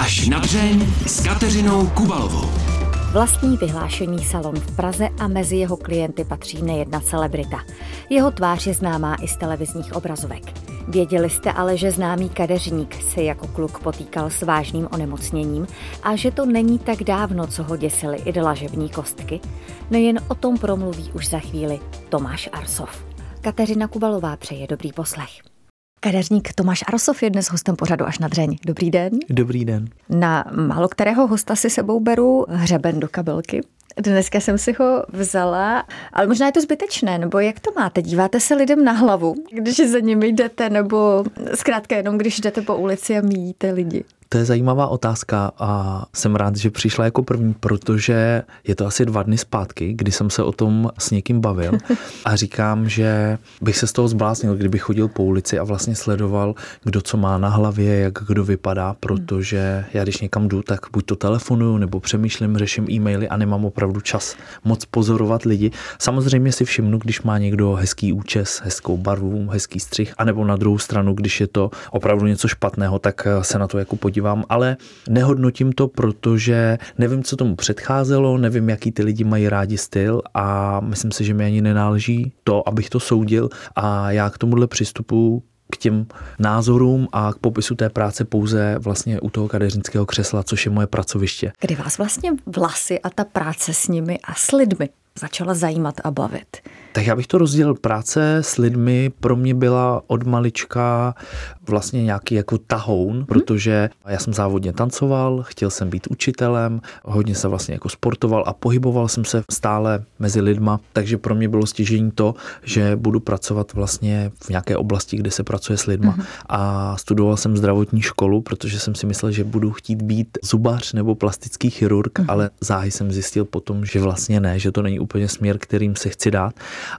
Až na dřeň s Kateřinou Kubalovou. Vlastní vyhlášený salon v Praze a mezi jeho klienty patří nejedna celebrita. Jeho tvář je známá i z televizních obrazovek. Věděli jste ale, že známý kadeřník se jako kluk potýkal s vážným onemocněním a že to není tak dávno, co ho děsily i dlažební kostky? Nejen o tom promluví už za chvíli Tomáš Arsov. Kateřina Kubalová přeje dobrý poslech. Kadeřník Tomáš Arsov je dnes hostem pořadu Až na dřeň. Dobrý den. Dobrý den. Na málo kterého hosta si sebou beru hřeben do kabelky. Dneska jsem si ho vzala, ale možná je to zbytečné, nebo jak to máte? Díváte se lidem na hlavu, když za nimi jdete, nebo zkrátka jenom když jdete po ulici a míjíte lidi? To je zajímavá otázka a jsem rád, že přišla jako první, protože je to asi 2 dny zpátky, kdy jsem se o tom s někým bavil a říkám, že bych se z toho zbláznil, kdybych chodil po ulici a vlastně sledoval, kdo co má na hlavě, jak kdo vypadá, protože já když někam jdu, tak buď to telefonuju, nebo přemýšlím, řeším e-maily a nemám opravdu čas moc pozorovat lidi. Samozřejmě si všimnu, když má někdo hezký účes, hezkou barvu, hezký střih, anebo na druhou stranu, když je to opravdu něco špatného, tak se na to jako podívám, ale nehodnotím to, protože nevím, co tomu předcházelo, nevím, jaký ty lidi mají rádi styl a myslím si, že mi ani nenáleží to, abych to soudil a já k tomuhle přistupuji k těm názorům a k popisu té práce pouze vlastně u toho kadeřnického křesla, což je moje pracoviště. Kdy vás vlastně vlasy a ta práce s nimi a s lidmi začala zajímat a bavit? Tak já bych to rozdělil. Práce s lidmi pro mě byla od malička vlastně nějaký jako tahoun, protože já jsem závodně tancoval, chtěl jsem být učitelem, hodně se vlastně jako sportoval a pohyboval jsem se stále mezi lidma, takže pro mě bylo stěžení to, že budu pracovat vlastně v nějaké oblasti, kde se pracuje s lidma. A studoval jsem zdravotní školu, protože jsem si myslel, že budu chtít být zubař nebo plastický chirurg, ale záhy jsem zjistil potom, že vlastně ne, že to není úplně směr, kterým se chci dát.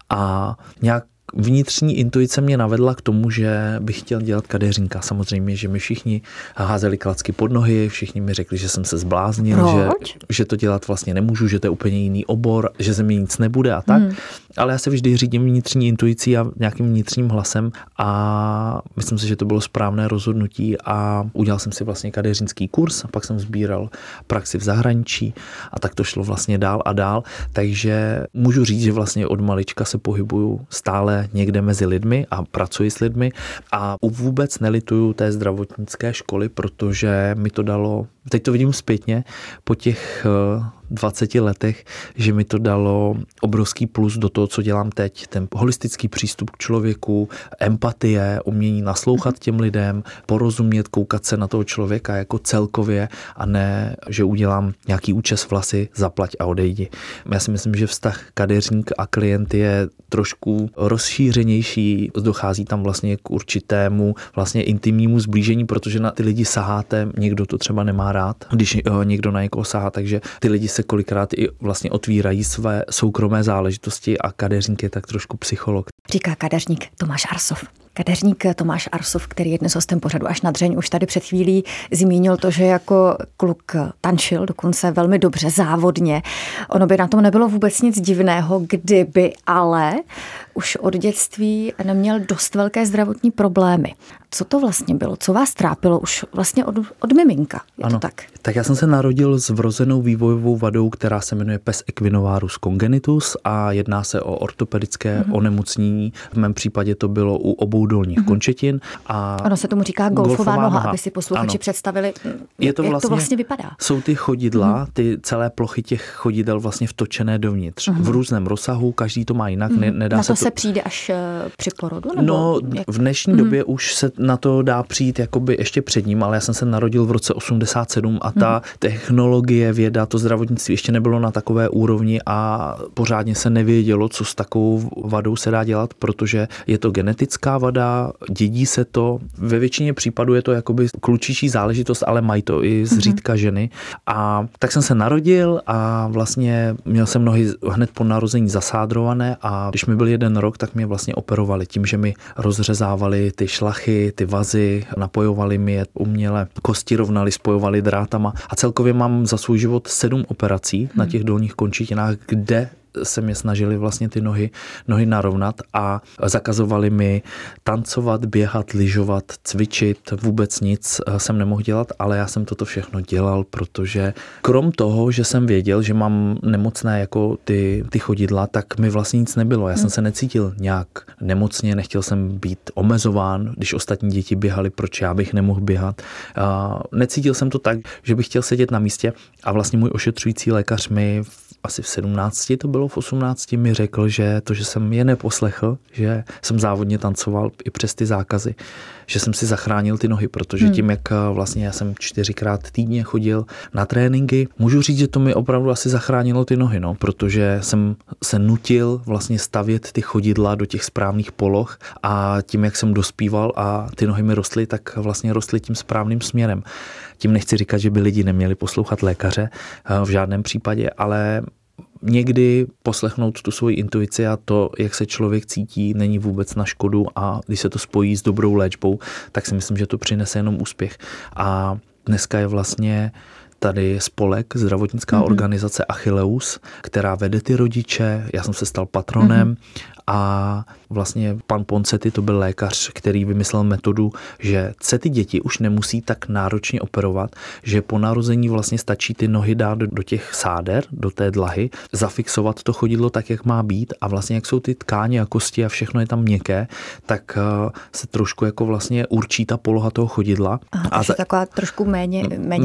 A nějak vnitřní intuice mě navedla k tomu, že bych chtěl dělat kadeřníka. Samozřejmě, že mi všichni házeli klacky pod nohy, všichni mi řekli, že jsem se zbláznil, že to dělat vlastně nemůžu, že to je úplně jiný obor, že ze mě nic nebude a tak. Ale já se vždy řídím vnitřní intuicí a nějakým vnitřním hlasem a myslím si, že to bylo správné rozhodnutí a udělal jsem si vlastně kadeřnický kurz a pak jsem sbíral praxi v zahraničí a tak to šlo vlastně dál a dál. Takže můžu říct, že vlastně od malička se pohybuju stále někde mezi lidmi a pracuji s lidmi a vůbec nelituju té zdravotnické školy, protože mi to dalo, teď to vidím zpětně, po těch 20 letech, že mi to dalo obrovský plus do toho, co dělám teď. Ten holistický přístup k člověku, empatie, umění naslouchat těm lidem, porozumět, koukat se na toho člověka jako celkově a ne, že udělám nějaký účes vlasy, zaplať a odejdi. Já si myslím, že vztah kadeřník a klient je trošku rozšířenější, dochází tam vlastně k určitému vlastně intimnímu zblížení, protože na ty lidi saháte, někdo to třeba nemá rád, když někdo na někoho sahá, takže ty lidi se kolikrát i vlastně otvírají své soukromé záležitosti a kadeřník je tak trošku psycholog. Říká kadeřník Tomáš Arsov. Kadeřník Tomáš Arsov, který je dnes hostem pořadu Až na dřeň, už tady před chvílí zmínil to, že jako kluk tančil, dokonce velmi dobře, závodně. Ono by na tom nebylo vůbec nic divného, kdyby ale už od dětství neměl dost velké zdravotní problémy. Co to vlastně bylo? Co vás trápilo už vlastně od miminka? Je ano, to tak? Tak já jsem se narodil s vrozenou vývojovou vadou, která se jmenuje pes equinovarus congenitus a jedná se o ortopedické onemocnění. V mém případě to bylo u obou dolních končetin. A ono se tomu říká golfová noha, aby si posluchači představili, jak to vlastně vypadá. Jsou ty chodidla, ty celé plochy těch chodidel vlastně vtočené dovnitř. V různém rozsahu, každý to má jinak. Nedá na se to se přijde až při porodu? Nebo no, v dnešní době už se na to dá přijít jakoby ještě před ním, ale já jsem se narodil v roce 87 a ta technologie, věda, to zdravotnictví ještě nebylo na takové úrovni a pořádně se nevědělo, co s takovou vadou se dá dělat, protože je to genetická vada, dědí se to. Ve většině případů je to jakoby klučičí záležitost, ale mají to i zřídka ženy. A tak jsem se narodil a vlastně měl jsem nohy hned po narození zasádrované a když mi byl 1 rok, tak mě vlastně operovali tím, že mi rozřezávali ty šlachy, ty vazy, napojovali mi je uměle, kosti rovnali, spojovali drátama a celkově mám za svůj život 7 operací na těch dolních končetinách, kde se mě snažili vlastně ty nohy narovnat a zakazovali mi tancovat, běhat, lyžovat, cvičit, vůbec nic jsem nemohl dělat, ale já jsem toto všechno dělal, protože krom toho, že jsem věděl, že mám nemocné jako ty chodidla, tak mi vlastně nic nebylo. Já jsem se necítil nějak nemocně, nechtěl jsem být omezován, když ostatní děti běhali, proč já bych nemohl běhat. Necítil jsem to tak, že bych chtěl sedět na místě a vlastně můj ošetřující lékař mi asi v 17, to bylo v 18, mi řekl, že to, že jsem je neposlechl, že jsem závodně tancoval i přes ty zákazy, že jsem si zachránil ty nohy, protože tím, jak vlastně já jsem 4krát týdně chodil na tréninky, můžu říct, že to mi opravdu asi zachránilo ty nohy, protože jsem se nutil vlastně stavět ty chodidla do těch správných poloh a tím, jak jsem dospíval a ty nohy mi rostly, tak vlastně rostly tím správným směrem. Tím nechci říkat, že by lidi neměli poslouchat lékaře v žádném případě, ale někdy poslechnout tu svoji intuici a to, jak se člověk cítí, není vůbec na škodu a když se to spojí s dobrou léčbou, tak si myslím, že to přinese jenom úspěch. A dneska je vlastně tady spolek, zdravotnická organizace Achilleus, která vede ty rodiče, já jsem se stal patronem a vlastně pan Ponseti, to byl lékař, který vymyslel metodu, že se ty děti už nemusí tak náročně operovat, že po narození vlastně stačí ty nohy dát do těch sáder, do té dlahy, zafixovat to chodidlo tak, jak má být a vlastně jak jsou ty tkáně a kosti a všechno je tam měkké, tak se trošku jako vlastně určí ta poloha toho chodidla. A to je taková trošku méně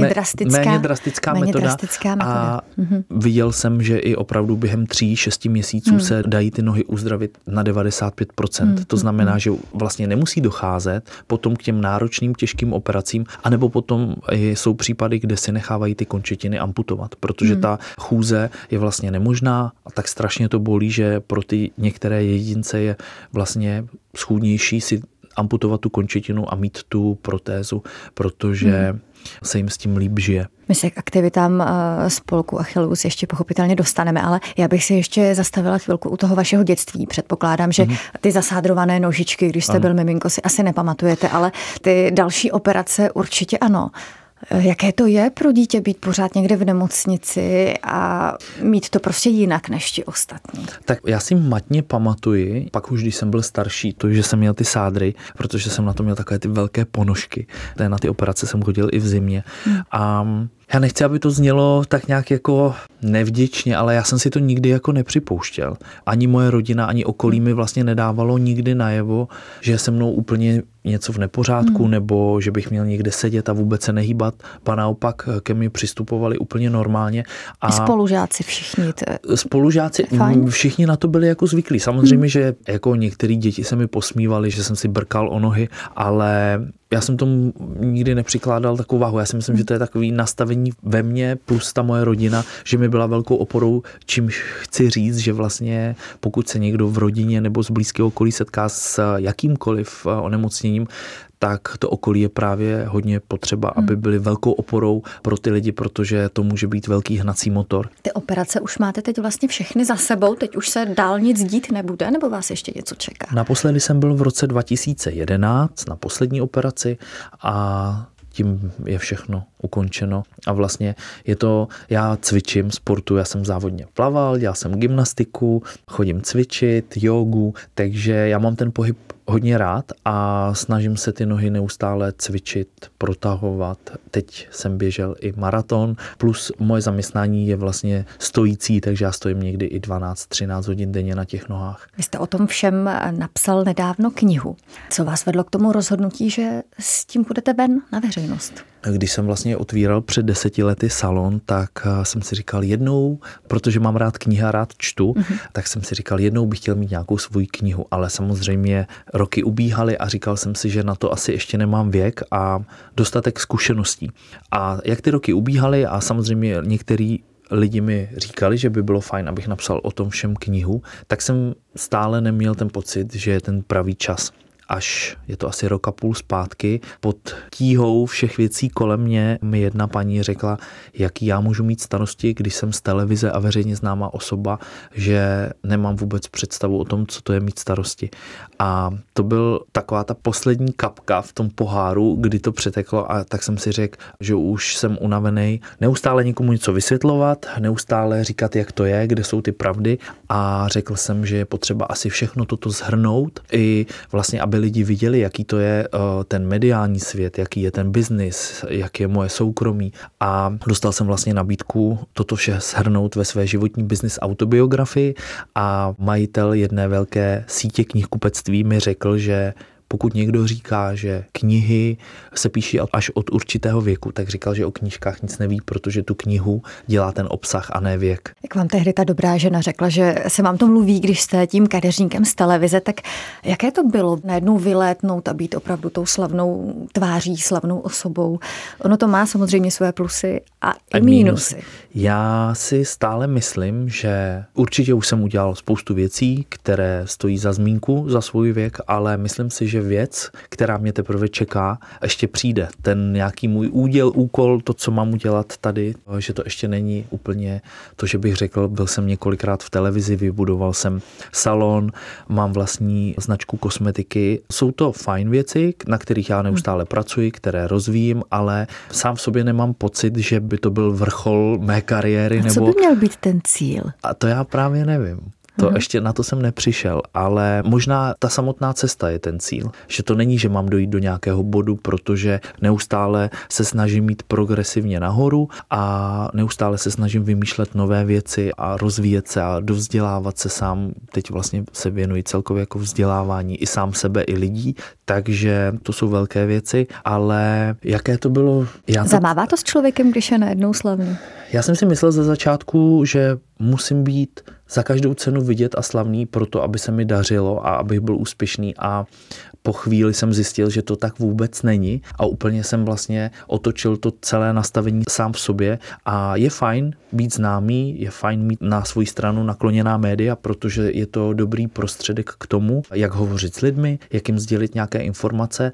drastická metoda. A viděl jsem, že i opravdu během 3-6 měsíců se dají ty nohy uzdravit na 95%. To znamená, že vlastně nemusí docházet potom k těm náročným, těžkým operacím, anebo potom jsou případy, kde si nechávají ty končetiny amputovat, protože ta chůze je vlastně nemožná a tak strašně to bolí, že pro ty některé jedince je vlastně schůdnější si amputovat tu končetinu a mít tu protézu, protože se jim s tím líp žije. My se k aktivitám spolku Achilleus ještě pochopitelně dostaneme, ale já bych si ještě zastavila chvilku u toho vašeho dětství. Předpokládám, že ty zasádrované nožičky, když jste byl miminko, si asi nepamatujete, ale ty další operace určitě ano. Jaké to je pro dítě být pořád někde v nemocnici a mít to prostě jinak než ti ostatní? Tak já si matně pamatuji, pak už když jsem byl starší, to, že jsem měl ty sádry, protože jsem na to měl takové ty velké ponožky. Na ty operace jsem chodil i v zimě. A já nechci, aby to znělo tak nějak jako nevděčně, ale já jsem si to nikdy jako nepřipouštěl. Ani moje rodina, ani okolí mi vlastně nedávalo nikdy najevo, že se mnou úplně něco v nepořádku, nebo že bych měl někde sedět a vůbec se nehýbat. Ba naopak ke mně přistupovali úplně normálně. A spolužáci všichni. Spolužáci, všichni na to byli jako zvyklí. Samozřejmě, že jako některý děti se mi posmívali, že jsem si brkal o nohy, ale já jsem tomu nikdy nepřikládal takovou váhu. Já si myslím, že to je takový nastavení ve mně plus ta moje rodina, že mi byla velkou oporou, čímž chci říct, že vlastně pokud se někdo v rodině nebo z blízkého okolí setká s jakýmkoliv onemocněním, tak to okolí je právě hodně potřeba, aby byly velkou oporou pro ty lidi, protože to může být velký hnací motor. Ty operace už máte teď vlastně všechny za sebou, teď už se dál nic dít nebude, nebo vás ještě něco čeká? Naposledy jsem byl v roce 2011 na poslední operaci a tím je všechno ukončeno. A vlastně je to, já cvičím, sportu, já jsem závodně plaval, dělal jsem gymnastiku, chodím cvičit, jogu, takže já mám ten pohyb hodně rád a snažím se ty nohy neustále cvičit, protahovat. Teď jsem běžel i maraton, plus moje zaměstnání je vlastně stojící, takže já stojím někdy i 12-13 hodin denně na těch nohách. Vy jste o tom všem napsal nedávno knihu. Co vás vedlo k tomu rozhodnutí, že s tím půjdete ven na veřejnost? Když jsem vlastně otvíral před 10 lety salon, tak jsem si říkal jednou, protože mám rád knihy a rád čtu, tak jsem si říkal jednou bych chtěl mít nějakou svou knihu, ale samozřejmě roky ubíhaly a říkal jsem si, že na to asi ještě nemám věk a dostatek zkušeností. A jak ty roky ubíhaly a samozřejmě některý lidi mi říkali, že by bylo fajn, abych napsal o tom všem knihu, tak jsem stále neměl ten pocit, že je ten pravý čas. až je to asi rok a půl zpátky, pod tíhou všech věcí kolem mě mi jedna paní řekla, jaký já můžu mít starosti, když jsem z televize a veřejně známá osoba, že nemám vůbec představu o tom, co to je mít starosti. A to byl taková ta poslední kapka v tom poháru, kdy to přeteklo, a tak jsem si řekl, že už jsem unavený neustále někomu něco vysvětlovat, neustále říkat, jak to je, kde jsou ty pravdy, a řekl jsem, že je potřeba asi všechno toto shrnout i vlastně, aby lidi viděli, jaký to je ten mediální svět, jaký je ten biznis, jak je moje soukromí, a dostal jsem vlastně nabídku toto vše shrnout ve své životní biznis autobiografii, a majitel jedné velké sítě knihkupectví mi řekl, že pokud někdo říká, že knihy se píší až od určitého věku, tak říkal, že o knížkách nic neví, protože tu knihu dělá ten obsah a ne věk. Jak vám tehdy ta dobrá žena řekla, že se vám to mluví, když jste tím kadeřníkem z televize, tak jaké to bylo najednou vylétnout a být opravdu tou slavnou tváří, slavnou osobou? Ono to má samozřejmě své plusy a i mínusy. Já si stále myslím, že určitě už jsem udělal spoustu věcí, které stojí za zmínku za svůj věk, ale myslím si, že věc, která mě teprve čeká, ještě přijde. Ten nějaký můj úkol, to, co mám udělat tady, že to ještě není úplně to, že bych řekl, byl jsem několikrát v televizi, vybudoval jsem salon, mám vlastní značku kosmetiky. Jsou to fajn věci, na kterých já neustále pracuji, které rozvíjím, ale sám v sobě nemám pocit, že by to byl vrchol mé kariéry. A co by měl být ten cíl? A to já právě nevím. To ještě na to jsem nepřišel, ale možná ta samotná cesta je ten cíl. Že to není, že mám dojít do nějakého bodu, protože neustále se snažím jít progresivně nahoru a neustále se snažím vymýšlet nové věci a rozvíjet se a dovzdělávat se sám. Teď vlastně se věnuji celkově jako vzdělávání i sám sebe, i lidí, takže to jsou velké věci, ale jaké to bylo? Zamává to s člověkem, když je najednou slavný? Já jsem si myslel ze začátku, že musím být za každou cenu vidět a slavný proto, aby se mi dařilo a abych byl úspěšný, a po chvíli jsem zjistil, že to tak vůbec není a úplně jsem vlastně otočil to celé nastavení sám v sobě, a je fajn být známý, je fajn mít na svou stranu nakloněná média, protože je to dobrý prostředek k tomu, jak hovořit s lidmi, jak jim sdělit nějaké informace.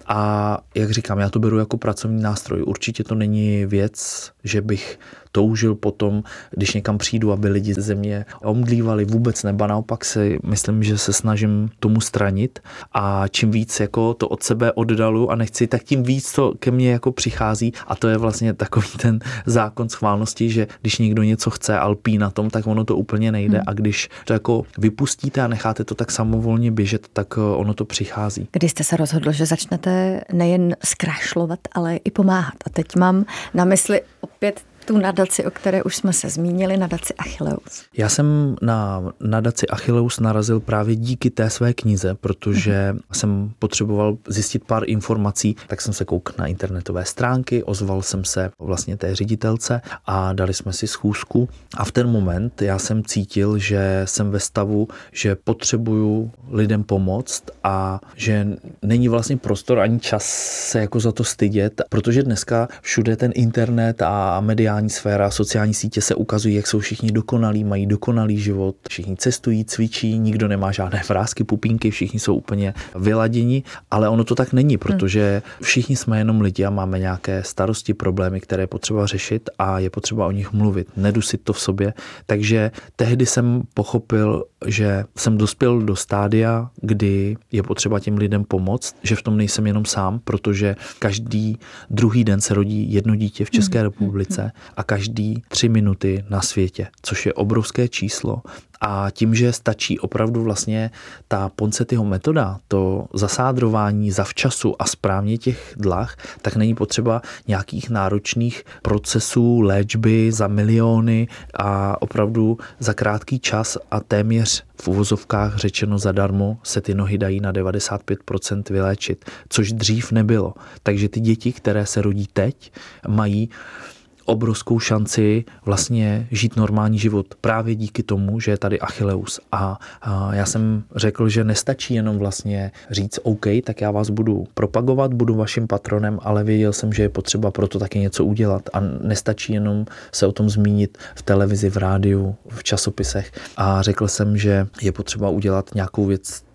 A jak říkám, já to beru jako pracovní nástroj. Určitě to není věc, že bych toužil potom, když někam přijdu, aby lidi ze mě omdlívali, vůbec ne, ba naopak si myslím, že se snažím tomu stranit, a čím víc jako to od sebe oddalu a nechci, tak tím víc to ke mně jako přichází, a to je vlastně takový ten zákon schválnosti, že když někdo něco chce a lpí na tom, tak ono to úplně nejde, a když to jako vypustíte a necháte to tak samovolně běžet, tak ono to přichází. Kdy jste se rozhodl, že začnete nejen zkrášlovat, ale i pomáhat? A teď mám na mysli opět tu nadaci, o které už jsme se zmínili, nadaci Achilleus. Já jsem na nadaci Achilleus narazil právě díky té své knize, protože jsem potřeboval zjistit pár informací, tak jsem se koukl na internetové stránky, ozval jsem se vlastně té ředitelce a dali jsme si schůzku, a v ten moment já jsem cítil, že jsem ve stavu, že potřebuju lidem pomoct a že není vlastně prostor ani čas se jako za to stydět, protože dneska všude ten internet a mediální sféra, sociální sítě se ukazují, jak jsou všichni dokonalí, mají dokonalý život, všichni cestují, cvičí, nikdo nemá žádné vrásky, pupínky, všichni jsou úplně vyladěni, ale ono to tak není, protože všichni jsme jenom lidi a máme nějaké starosti, problémy, které je potřeba řešit a je potřeba o nich mluvit, nedusit to v sobě. Takže tehdy jsem pochopil, že jsem dospěl do stádia, kdy je potřeba těm lidem pomoct, že v tom nejsem jenom sám, protože každý druhý den se rodí jedno dítě v České republice a každý 3 minuty na světě, což je obrovské číslo. A tím, že stačí opravdu vlastně ta Ponsetiho metoda, to zasádrování zavčasu a správně těch dlah, tak není potřeba nějakých náročných procesů, léčby za miliony a opravdu za krátký čas a téměř v uvozovkách řečeno zadarmo se ty nohy dají na 95% vyléčit, což dřív nebylo. Takže ty děti, které se rodí teď, mají obrovskou šanci vlastně žít normální život právě díky tomu, že je tady Achilleus. A já jsem řekl, že nestačí jenom vlastně říct OK, tak já vás budu propagovat, budu vaším patronem, ale věděl jsem, že je potřeba proto taky něco udělat a nestačí jenom se o tom zmínit v televizi, v rádiu, v časopisech. A řekl jsem, že je potřeba udělat nějakou věc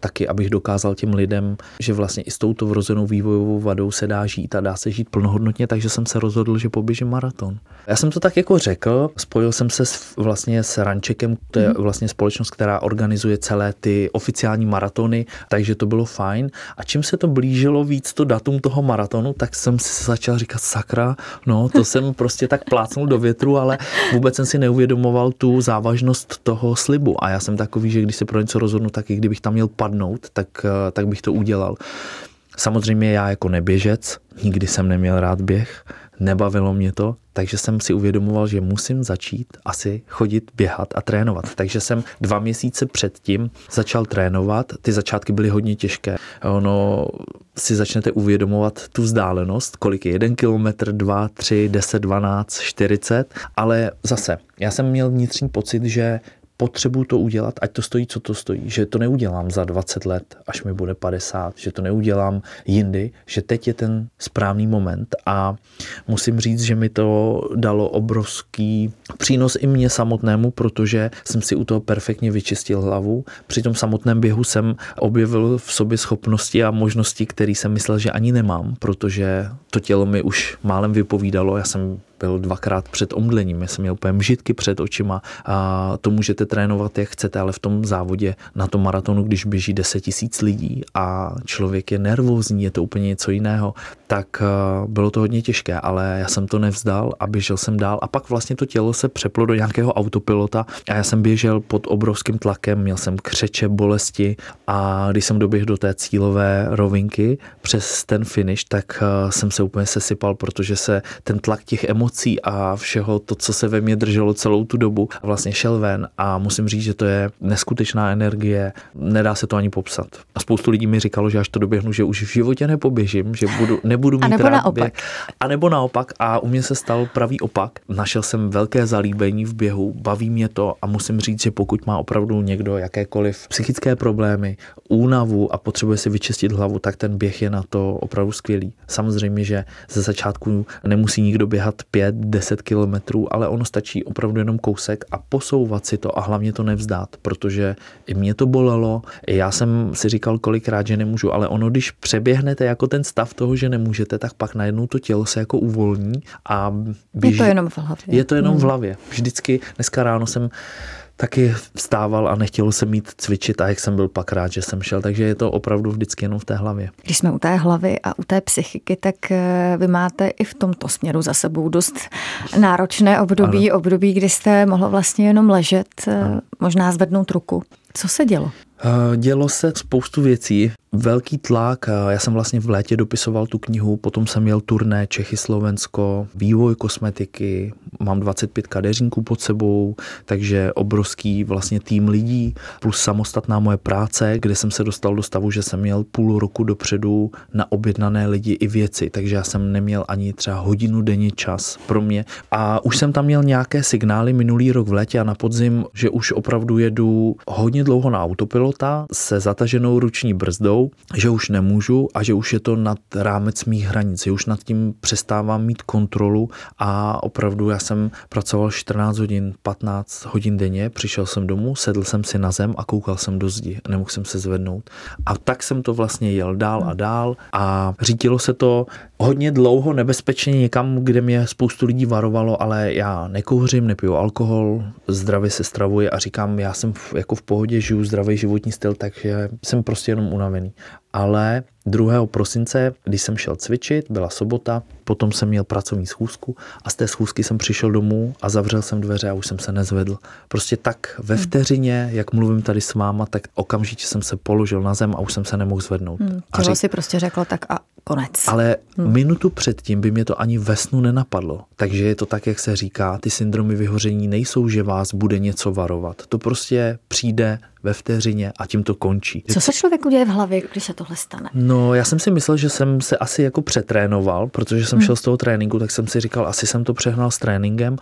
taky, abych dokázal těm lidem, že vlastně i s touto vrozenou vývojovou vadou se dá žít a dá se žít plnohodnotně, takže jsem se rozhodl, že poběžím maraton. Já jsem to tak jako řekl, spojil jsem se vlastně s Runcheckem, to je vlastně společnost, která organizuje celé ty oficiální maratony, takže to bylo fajn. A čím se to blížilo víc to datum toho maratonu, tak jsem si začal říkat sakra, no to jsem prostě tak plácnul do větru, ale vůbec jsem si neuvědomoval tu závažnost toho slibu. A já jsem takový, že když se pro něco rozhodnu, tak i kdybych tam měl padnout, tak bych to udělal. Samozřejmě já jako neběžec, nikdy jsem neměl rád běh, nebavilo mě to, takže jsem si uvědomoval, že musím začít asi chodit, běhat a trénovat. Takže jsem 2 měsíce předtím začal trénovat. Ty začátky byly hodně těžké. Ono si začnete uvědomovat tu vzdálenost, kolik je 1 kilometr, 2, 3, 10, 12, 40, ale zase, já jsem měl vnitřní pocit, že potřebuji to udělat, ať to stojí, co to stojí. Že to neudělám za 20 let, až mi bude 50, že to neudělám jindy, že teď je ten správný moment a musím říct, že mi to dalo obrovský přínos i mně samotnému, protože jsem si u toho perfektně vyčistil hlavu. Při tom samotném běhu jsem objevil v sobě schopnosti a možnosti, které jsem myslel, že ani nemám, protože to tělo mi už málem vypovídalo. Já jsem byl 2krát před omdlením, já jsem měl úplně mžitky před očima a to můžete trénovat, jak chcete, ale v tom závodě na tom maratonu, když běží 10 000 lidí a člověk je nervózní, je to úplně něco jiného, tak bylo to hodně těžké, ale já jsem to nevzdal a běžel jsem dál a pak vlastně to tělo se přeplo do nějakého autopilota a já jsem běžel pod obrovským tlakem, měl jsem křeče, bolesti a když jsem doběhl do té cílové rovinky přes ten finish, tak jsem se úplně sesypal, protože se ten tlak těch emocí a všeho to, co se ve mně drželo celou tu dobu, vlastně šel ven a musím říct, že to je neskutečná energie, nedá se to ani popsat. A spoustu lidí mi říkalo, že až to doběhnu, že už v životě nepoběžím, že nebudu mít rád běh. A nebo naopak. A u mě se stal pravý opak. Našel jsem velké zalíbení v běhu, baví mě to a musím říct, že pokud má opravdu někdo jakékoliv psychické problémy, únavu a potřebuje si vyčistit hlavu, tak ten běh je na to opravdu skvělý. Samozřejmě, že ze začátku nemusí nikdo běhat 5-10 kilometrů, ale ono stačí opravdu jenom kousek a posouvat si to a hlavně to nevzdát, protože i mě to bolelo, i já jsem si říkal kolikrát, že nemůžu, ale ono, když přeběhnete jako ten stav toho, že nemůžete, tak pak najednou to tělo se jako uvolní a běží. Je to jenom v hlavě. Je to jenom v hlavě. Vždycky dneska ráno jsem taky vstával a nechtělo se mít cvičit a jak jsem byl pak rád, že jsem šel, takže je to opravdu vždycky jenom v té hlavě. Když jsme u té hlavy a u té psychiky, tak vy máte i v tomto směru za sebou dost náročné období, kdy jste mohl vlastně jenom ležet, možná zvednout ruku. Co se dělo? Dělo se spoustu věcí, velký tlak, já jsem vlastně v létě dopisoval tu knihu, potom jsem měl turné Čechy, Slovensko, vývoj kosmetiky, mám 25 kadeřníků pod sebou, takže obrovský vlastně tým lidí, plus samostatná moje práce, kde jsem se dostal do stavu, že jsem měl půl roku dopředu na objednané lidi i věci, takže já jsem neměl ani třeba hodinu denně čas pro mě a už jsem tam měl nějaké signály minulý rok v létě a na podzim, že už opravdu jedu hodně dlouho na autopilota se zataženou ruční brzdou, že už nemůžu a že už je to nad rámec mých hranic, že už nad tím přestávám mít kontrolu a opravdu já jsem pracoval 14 hodin, 15 hodin denně, přišel jsem domů, sedl jsem si na zem a koukal jsem do zdi, nemohl jsem se zvednout. A tak jsem to vlastně jel dál a řítilo se to hodně dlouho, nebezpečně někam, kde mě spoustu lidí varovalo, ale já nekouřím, nepiju alkohol, zdravě se stravuji a říkám, já jsem jako v pohodě, žiju zdravý životní styl, takže jsem prostě jenom unavený. Ale 2. prosince, když jsem šel cvičit, byla sobota, potom jsem měl pracovní schůzku a z té schůzky jsem přišel domů a zavřel jsem dveře a už jsem se nezvedl. Prostě tak ve vteřině, jak mluvím tady s váma, tak okamžitě jsem se položil na zem a už jsem se nemohl zvednout. Tělo si prostě řeklo tak a konec. Ale minutu předtím by mě to ani ve snu nenapadlo. Takže je to tak, jak se říká, ty syndromy vyhoření nejsou, že vás bude něco varovat. To prostě přijde ve vteřině a tím to končí. Co se člověku děje v hlavě, když se tohle stane? No, já jsem si myslel, že jsem se asi jako přetrénoval, protože jsem šel z toho tréninku, tak jsem si říkal, asi jsem to přehnal s tréninkem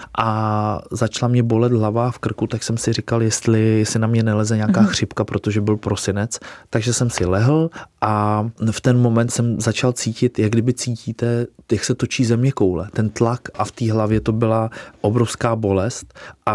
a začala mě bolet hlava v krku, tak jsem si říkal, jestli na mě neleze nějaká chřipka, protože byl prosinec. Takže jsem si lehl a v ten moment jsem začal cítit, jak kdyby cítíte, jak se točí zeměkoule, ten tlak a v té hlavě to byla obrovská bolest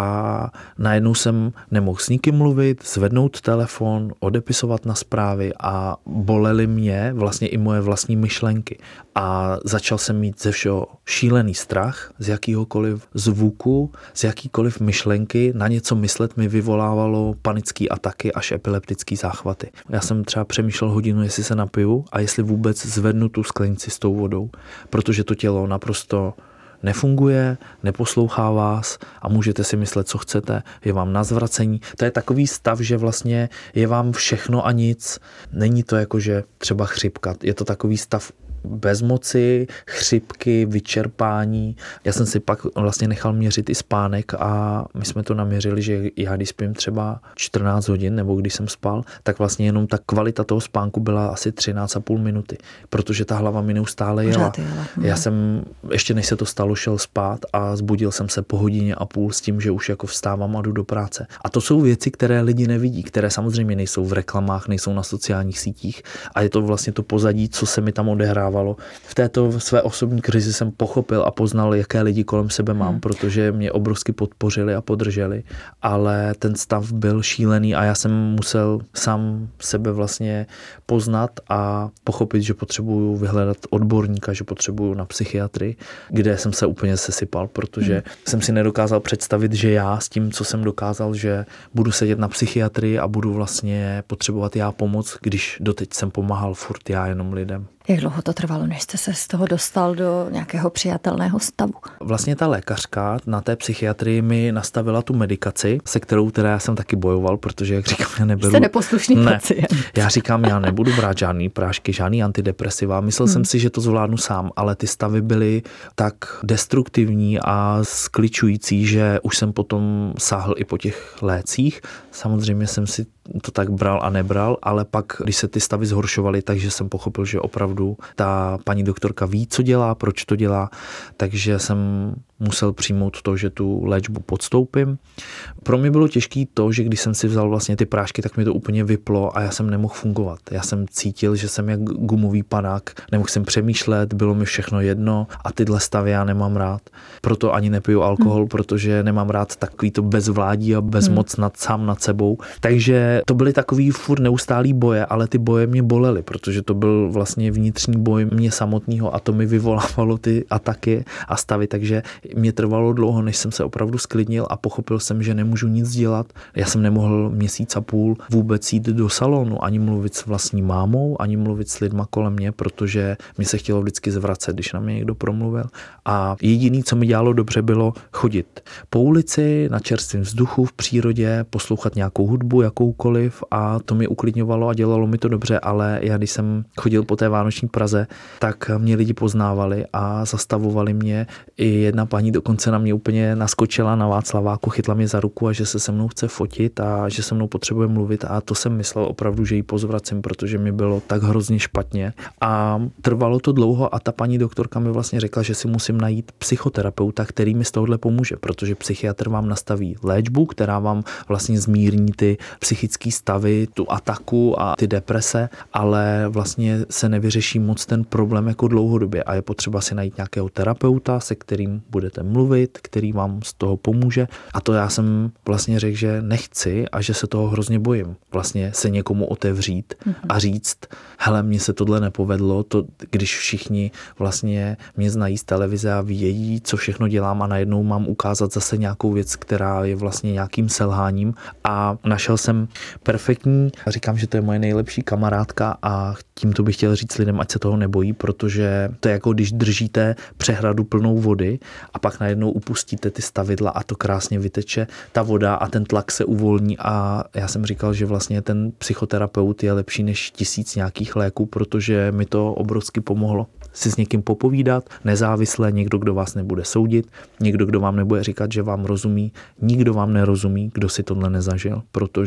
a najednou jsem nemohl s nikým mluvit, zvednout telefon, odepisovat na zprávy a bolely mě vlastně i moje vlastní myšlenky. A začal jsem mít ze všeho šílený strach, z jakýhokoliv zvuku, z jakýkoliv myšlenky, na něco myslet mi vyvolávalo panické ataky až epileptické záchvaty. Já jsem třeba přemýšlel hodinu, jestli se napiju a jestli vůbec zvednu tu sklenici s tou vodou, protože to tělo naprosto nefunguje, neposlouchá vás a můžete si myslet, co chcete, je vám na zvracení. To je takový stav, že vlastně je vám všechno a nic. Není to jako, že třeba chřipka. Je to takový stav bezmoci, chřipky, vyčerpání. Já jsem si pak vlastně nechal měřit i spánek a my jsme to naměřili, že já když spím třeba 14 hodin nebo když jsem spal, tak vlastně jenom ta kvalita toho spánku byla asi 13,5 minuty, protože ta hlava mi neustále jela. Já jsem, ještě než se to stalo, šel spát a zbudil jsem se po hodině a půl s tím, že už jako vstávám a jdu do práce. A to jsou věci, které lidi nevidí, které samozřejmě nejsou v reklamách, nejsou na sociálních sítích a je to vlastně to pozadí, co se mi tam odehrává. V této své osobní krizi jsem pochopil a poznal, jaké lidi kolem sebe mám, protože mě obrovsky podpořili a podrželi, ale ten stav byl šílený a já jsem musel sám sebe vlastně poznat a pochopit, že potřebuju vyhledat odborníka, že potřebuju na psychiatrii, kde jsem se úplně sesypal, protože jsem si nedokázal představit, že já s tím, co jsem dokázal, že budu sedět na psychiatrii a budu vlastně potřebovat já pomoc, když doteď jsem pomáhal furt já jenom lidem. Jak dlouho to trvalo, než jste se z toho dostal do nějakého přijatelného stavu? Vlastně ta lékařka na té psychiatrii mi nastavila tu medikaci, se kterou teda já jsem taky bojoval, protože jak říkám, já neberu... Jste neposlušný pacient. Já říkám, já nebudu brát žádný prášky, žádný antidepresiva. Myslel jsem si, že to zvládnu sám, ale ty stavy byly tak destruktivní a skličující, že už jsem potom sáhl i po těch lécích. Samozřejmě jsem si to tak bral a nebral, ale pak, když se ty stavy zhoršovaly, takže jsem pochopil, že opravdu ta paní doktorka ví, co dělá, proč to dělá, takže jsem musel přijmout to, že tu léčbu podstoupím. Pro mě bylo těžké to, že když jsem si vzal vlastně ty prášky, tak mi to úplně vyplo a já jsem nemohl fungovat. Já jsem cítil, že jsem jak gumový panák, nemohl jsem přemýšlet, bylo mi všechno jedno a tyhle stavy já nemám rád. Proto ani nepiju alkohol, protože nemám rád takový to bezvládí a bezmoc sám nad sebou. Takže to byly takový furt neustálý boje, ale ty boje mě bolely, protože to byl vlastně vnitřní boj mě samotného a to mi vyvolávalo ty ataky a stavy, takže mě trvalo dlouho, než jsem se opravdu sklidnil a pochopil jsem, že nemůžu nic dělat. Já jsem nemohl měsíc a půl vůbec jít do salonu, ani mluvit s vlastní mámou, ani mluvit s lidma kolem mě, protože mě se chtělo vždycky zvracet, když na mě někdo promluvil. A jediné, co mi dělalo dobře, bylo chodit po ulici, na čerstvém vzduchu, v přírodě, poslouchat nějakou hudbu, jakoukoliv a to mě uklidňovalo a dělalo mi to dobře, ale já když jsem chodil po té vánoční Praze, tak mě lidi poznávali a zastavovali mě. I jedna paní dokonce na mě úplně naskočila na Václaváku, chytla mě za ruku a že se mnou chce fotit a že se mnou potřebuje mluvit a to jsem myslel opravdu, že jí pozvracím, protože mi bylo tak hrozně špatně a trvalo to dlouho a ta paní doktorka mi vlastně řekla, že si musím najít psychoterapeuta, který mi z tohohle pomůže, protože psychiatr vám nastaví léčbu, která vám vlastně zmírní ty psychické stavy, tu ataku a ty deprese, ale vlastně se nevyřeší moc ten problém jako dlouhodobě a je potřeba si najít nějakého terapeuta, se kterým budete mluvit, který vám z toho pomůže. A to já jsem vlastně řekl, že nechci a že se toho hrozně bojím. Vlastně se někomu otevřít a říct, hele, mně se tohle nepovedlo, to, když všichni vlastně mě znají z televize a vědí, co všechno dělám a najednou mám ukázat zase nějakou věc, která je vlastně nějakým selháním a našel jsem perfektní, říkám, že to je moje nejlepší kamarádka a tímto bych chtěl říct lidem, ať se toho nebojí, protože to je jako když držíte přehradu plnou vody a pak najednou upustíte ty stavidla a to krásně vyteče ta voda a ten tlak se uvolní a já jsem říkal, že vlastně ten psychoterapeut je lepší než 1000 nějakých léků, protože mi to obrovsky pomohlo si s někým popovídat, nezávisle, někdo, kdo vás nebude soudit, někdo, kdo vám nebude říkat, že vám rozumí, nikdo vám nerozumí, kdo si tohle nezažil, protože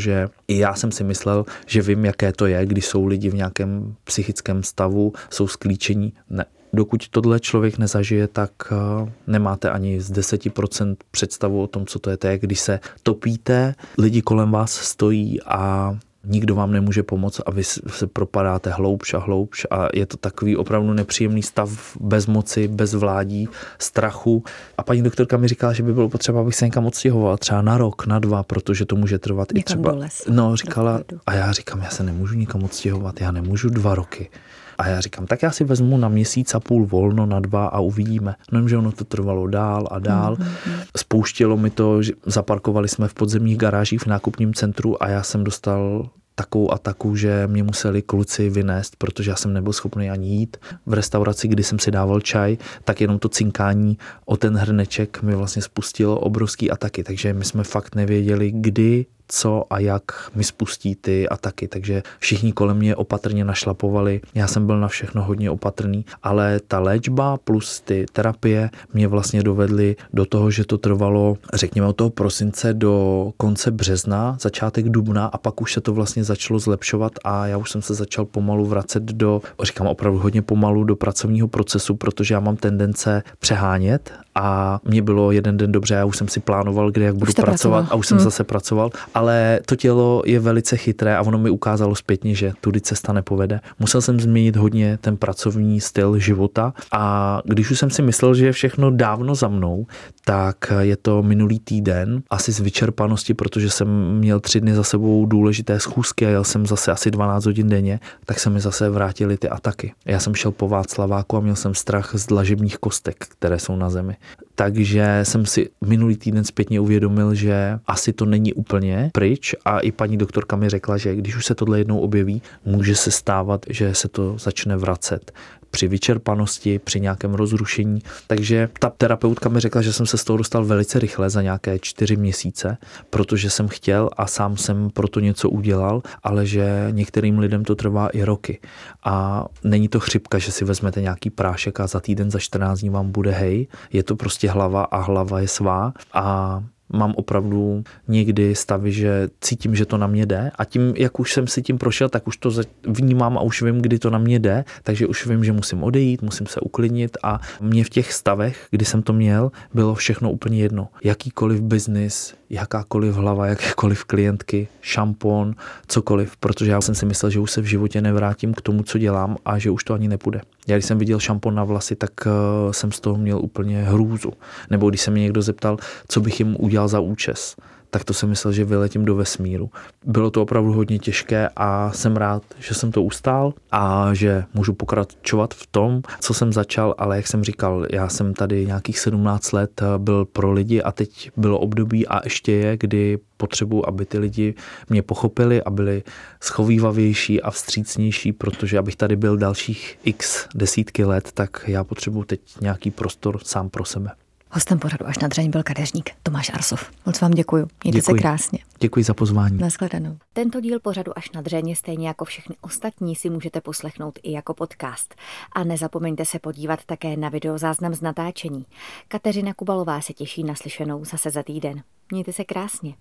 I já jsem si myslel, že vím, jaké to je, když jsou lidi v nějakém psychickém stavu, jsou sklíčení. Ne. Dokud tohle člověk nezažije, tak nemáte ani z 10% představu o tom, co to je. To je, když se topíte, lidi kolem vás stojí a nikdo vám nemůže pomoct a vy se propadáte hloubš a hloubš a je to takový opravdu nepříjemný stav bezmoci, bezvládí, strachu. A paní doktorka mi říkala, že by bylo potřeba, abych se někam odstěhoval, třeba na rok, na 2, protože to může trvat i třeba. Říkala, a já říkám, já se nemůžu nikam odstěhovat, já nemůžu 2 roky. A já říkám, tak já si vezmu na 1,5 měsíce volno na 2 a uvidíme. No, že ono to trvalo dál a dál. Spouštělo mi to, že zaparkovali jsme v podzemních garážích v nákupním centru a já jsem dostal takovou ataku, že mě museli kluci vynést, protože já jsem nebyl schopný ani jít. V restauraci, kdy jsem si dával čaj, tak jenom to cinkání o ten hrneček mi vlastně spustilo obrovský ataky, takže my jsme fakt nevěděli, kdy, co a jak mi spustí ty ataky, takže všichni kolem mě opatrně našlapovali. Já jsem byl na všechno hodně opatrný, ale ta léčba plus ty terapie mě vlastně dovedly do toho, že to trvalo, řekněme, od toho prosince do konce března, začátek dubna a pak už se to vlastně začalo zlepšovat a já už jsem se začal pomalu vracet říkám opravdu hodně pomalu do pracovního procesu, protože já mám tendence přehánět a mě bylo jeden den dobře, já už jsem si plánoval, kde jak budu pracovat a už jsem zase pracoval, ale to tělo je velice chytré a ono mi ukázalo zpětně, že tudy cesta nepovede. Musel jsem změnit hodně ten pracovní styl života a když už jsem si myslel, že je všechno dávno za mnou, tak je to minulý týden, asi z vyčerpanosti, protože jsem měl 3 dny za sebou důležité schůzky a jel jsem zase asi 12 hodin denně, tak se mi zase vrátily ty ataky. Já jsem šel po Václaváku a měl jsem strach z dlažebních kostek, které jsou na zemi. Takže jsem si minulý týden zpětně uvědomil, že asi to není úplně pryč a i paní doktorka mi řekla, že když už se tohle jednou objeví, může se stávat, že se to začne vracet při vyčerpanosti, při nějakém rozrušení. Takže ta terapeutka mi řekla, že jsem se z toho dostal velice rychle za nějaké 4 měsíce, protože jsem chtěl a sám jsem proto něco udělal, ale že některým lidem to trvá i roky. A není to chřipka, že si vezmete nějaký prášek a za týden, za 14 dní vám bude hej. Je to prostě hlava a hlava je svá a mám opravdu někdy stavy, že cítím, že to na mě jde a tím, jak už jsem si tím prošel, tak už to vnímám a už vím, kdy to na mě jde, takže už vím, že musím odejít, musím se uklidnit a mě v těch stavech, kdy jsem to měl, bylo všechno úplně jedno. Jakýkoliv biznis, jakákoliv hlava, jakékoliv klientky, šampon, cokoliv, protože já jsem si myslel, že už se v životě nevrátím k tomu, co dělám a že už to ani nepůjde. Já když jsem viděl šampon na vlasy, tak jsem z toho měl úplně hrůzu. Nebo když se mě někdo zeptal, co bych jim udělal za účes, tak to jsem myslel, že vyletím do vesmíru. Bylo to opravdu hodně těžké a jsem rád, že jsem to ustál a že můžu pokračovat v tom, co jsem začal, ale jak jsem říkal, já jsem tady nějakých 17 let byl pro lidi a teď bylo období a ještě je, kdy potřebuji, aby ty lidi mě pochopili a byli schovývavější a vstřícnější, protože abych tady byl dalších x desítky let, tak já potřebuji teď nějaký prostor sám pro sebe. Hostem pořadu Až na dřeň byl kadeřník Tomáš Arsov. Moc vám děkuju. Mějte se krásně. Děkuji za pozvání. Nashledanou. Tento díl pořadu Až na dřeň, stejně jako všechny ostatní, si můžete poslechnout i jako podcast. A nezapomeňte se podívat také na videozáznam z natáčení. Kateřina Kubalová se těší na slyšenou zase za týden. Mějte se krásně.